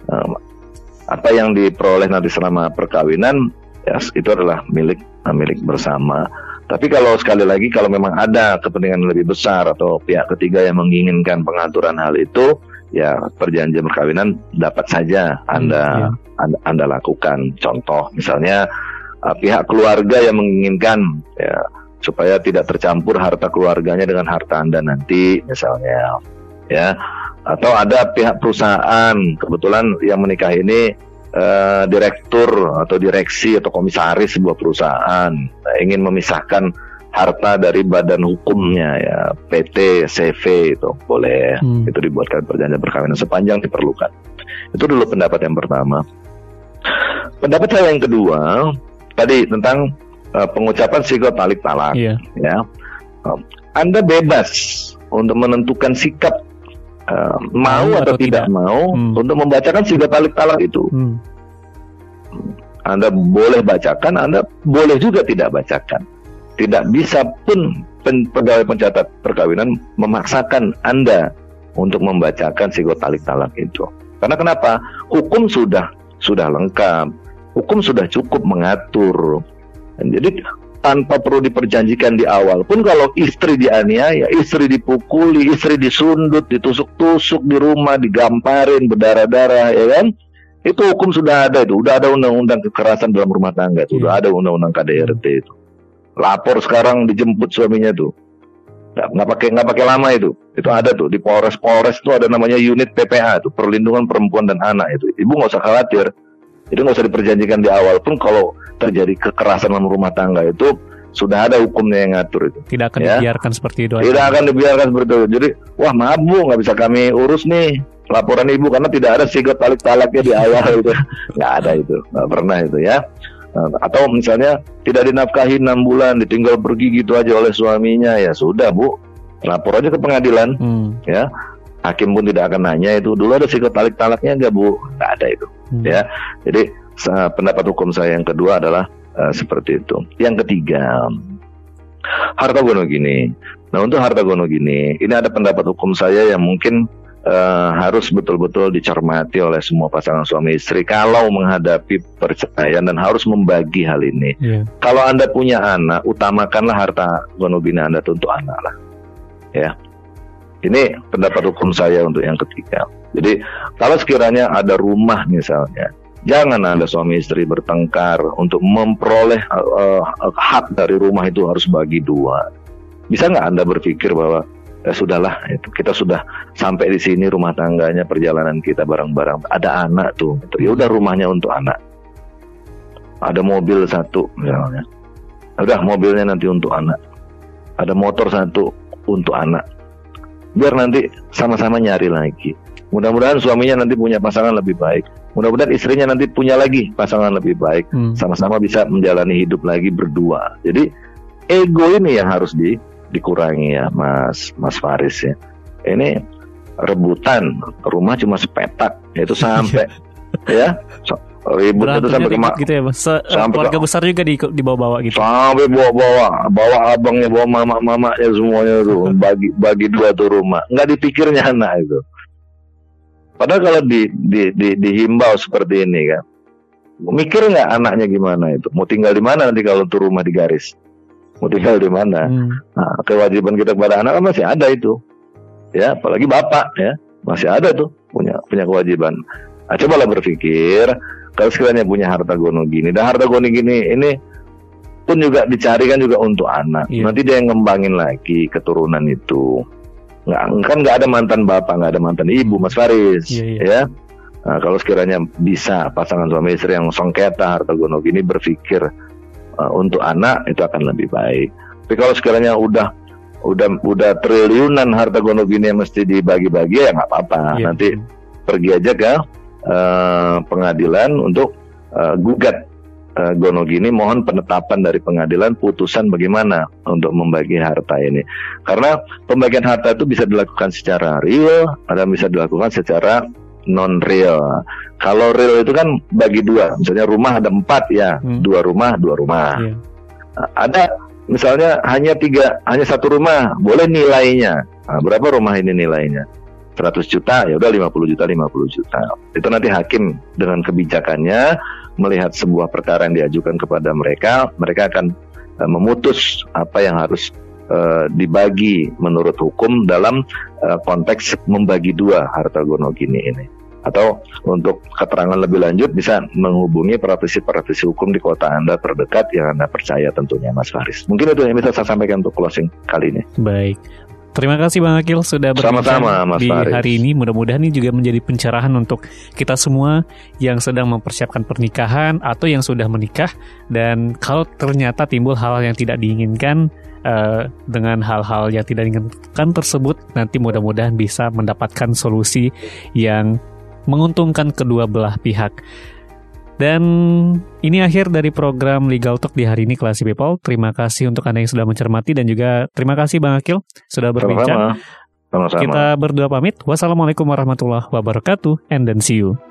Apa yang diperoleh nanti selama perkawinan, ya, itu adalah milik bersama. Tapi kalau sekali lagi kalau memang ada kepentingan lebih besar atau pihak ketiga yang menginginkan pengaturan hal itu, ya perjanjian perkawinan dapat saja Anda lakukan. Contoh misalnya pihak keluarga yang menginginkan ya supaya tidak tercampur harta keluarganya dengan harta Anda nanti misalnya, ya. Atau ada pihak perusahaan kebetulan yang menikah ini direktur atau direksi atau komisaris sebuah perusahaan ingin memisahkan harta dari badan hukumnya, ya PT, CV, itu boleh. Itu dibuatkan perjanjian perkawinan sepanjang diperlukan. Itu dulu pendapat yang pertama. Pendapat saya yang kedua tadi tentang pengucapan sigot talik talak. Ya, Anda bebas untuk menentukan sikap mau atau tidak mau untuk membacakan sigot talik talak itu. Anda boleh bacakan, Anda boleh juga tidak bacakan. Tidak bisa pun pegawai pencatat perkawinan memaksakan Anda untuk membacakan sigot talik talak itu. Karena kenapa? Hukum sudah lengkap, hukum sudah cukup mengatur. Dan jadi tanpa perlu diperjanjikan di awal pun kalau istri dianiaya, istri dipukuli, istri disundut, ditusuk-tusuk di rumah, digamparin, berdarah-darah, ya kan? Itu hukum sudah ada itu, udah ada undang-undang kekerasan dalam rumah tangga itu, udah ada undang-undang KDRT itu. Lapor sekarang dijemput suaminya tuh, nggak pakai lama itu ada tuh di Polres itu ada namanya unit PPA itu, perlindungan perempuan dan anak itu. Ibu nggak usah khawatir, itu nggak usah diperjanjikan di awal pun kalau terjadi kekerasan dalam rumah tangga itu sudah ada hukumnya yang ngatur itu. Tidak akan dibiarkan seperti itu. Tidak akan dibiarkan seperti itu. Jadi, wah maaf Bu, nggak bisa kami urus nih laporan Ibu karena tidak ada sigot talik talaknya di awal itu. Nggak ada itu, nggak pernah itu ya. Atau misalnya tidak dinafkahi 6 bulan, ditinggal pergi gitu aja oleh suaminya, ya sudah Bu, lapor aja ke pengadilan, ya. Hakim pun tidak akan nanya itu dulu ada sigot talik talaknya nggak Bu, nggak ada itu, ya. Jadi pendapat hukum saya yang kedua adalah seperti itu. Yang ketiga, harta gonogini. Nah untuk harta gonogini, ini ada pendapat hukum saya yang mungkin harus betul-betul dicermati oleh semua pasangan suami istri kalau menghadapi perceraian dan harus membagi hal ini. Kalau Anda punya anak, utamakanlah harta gonogini Anda untuk anak lah, ya. Ini pendapat hukum saya untuk yang ketiga. Jadi kalau sekiranya ada rumah misalnya, jangan Anda suami istri bertengkar untuk memperoleh hak dari rumah itu harus bagi dua. Bisa nggak Anda berpikir bahwa sudahlah, itu kita sudah sampai di sini rumah tangganya, perjalanan kita bareng-bareng, ada anak tuh, ya udah rumahnya untuk anak. Ada mobil satu misalnya, udah mobilnya nanti untuk anak. Ada motor satu untuk anak. Biar nanti sama-sama nyari lagi. Mudah-mudahan suaminya nanti punya pasangan lebih baik. Mudah-mudahan istrinya nanti punya lagi pasangan lebih baik. Sama-sama bisa menjalani hidup lagi berdua. Jadi ego ini yang harus dikurangi ya Mas Faris ya. Ini rebutan rumah cuma sepetak, itu sampai ya ribut itu sampai gitu ya, Mas. Keluarga besar juga dibawa-bawa gitu. Sampai bawa abangnya, bawa mama-mamanya semuanya tuh bagi 2 tuh rumah. Nggak dipikirnya anak itu. Padahal kalau dihimbau seperti ini kan, mikir nggak anaknya gimana itu? Mau tinggal di mana nanti kalau tuh rumah digaris? Mau tinggal di mana? Nah, kewajiban kita kepada anak kan masih ada itu. Ya, apalagi bapak ya, masih ada tuh punya kewajiban. Nah, cobalah berpikir kalau sekiranya punya harta gono gini, dan harta gono gini ini pun juga dicarikan juga untuk anak. Nanti dia yang ngembangin lagi keturunan itu. Nggak ada mantan bapak, nggak ada mantan ibu, Mas Faris. Ya. Nah, kalau sekiranya bisa pasangan suami istri yang sengketa harta gono gini berpikir untuk anak, itu akan lebih baik. Tapi kalau sekiranya udah triliunan harta gono gini yang mesti dibagi-bagi, ya nggak apa-apa. Nanti pergi aja ke pengadilan untuk gugat gono gini, mohon penetapan dari pengadilan putusan bagaimana untuk membagi harta ini. Karena pembagian harta itu bisa dilakukan secara real, ada bisa dilakukan secara non real. Kalau real itu kan bagi 2, misalnya rumah ada 4 ya, 2 rumah. Ada misalnya hanya 1 rumah, boleh nilainya. Nah, berapa rumah ini nilainya? 100 juta, ya udah 50 juta. Itu nanti hakim dengan kebijakannya melihat sebuah perkara yang diajukan kepada mereka akan memutus apa yang harus dibagi menurut hukum dalam konteks membagi 2 harta gono gini ini. Atau untuk keterangan lebih lanjut bisa menghubungi praktisi hukum di kota Anda terdekat yang Anda percaya tentunya, Mas Faris. Mungkin itu yang bisa saya sampaikan untuk closing kali ini. Baik. Terima kasih Bang Akil sudah berbincang di hari ini. Mudah-mudahan ini juga menjadi pencerahan untuk kita semua yang sedang mempersiapkan pernikahan atau yang sudah menikah. Dan kalau ternyata timbul hal yang tidak diinginkan, dengan hal-hal yang tidak diinginkan tersebut, nanti mudah-mudahan bisa mendapatkan solusi yang menguntungkan kedua belah pihak. Dan ini akhir dari program Legal Talk di hari ini, Classy People. Terima kasih untuk Anda yang sudah mencermati dan juga terima kasih Bang Akil sudah berbincang. Sama-sama. Kita berdua pamit. Wassalamualaikum warahmatullahi wabarakatuh, and then see you.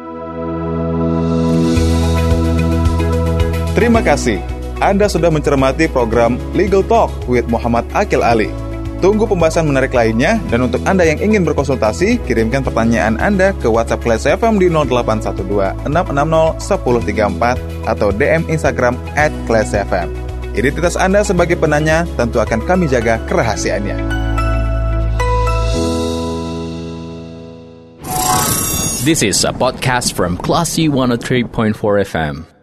Terima kasih. Anda sudah mencermati program Legal Talk with Muhammad Akil Ali. Tunggu pembahasan menarik lainnya, dan untuk Anda yang ingin berkonsultasi, kirimkan pertanyaan Anda ke WhatsApp Classy FM di 0812-660-1034 atau DM Instagram @ClassyFM. Identitas Anda sebagai penanya tentu akan kami jaga kerahasiaannya. This is a podcast from Classy 103.4 FM.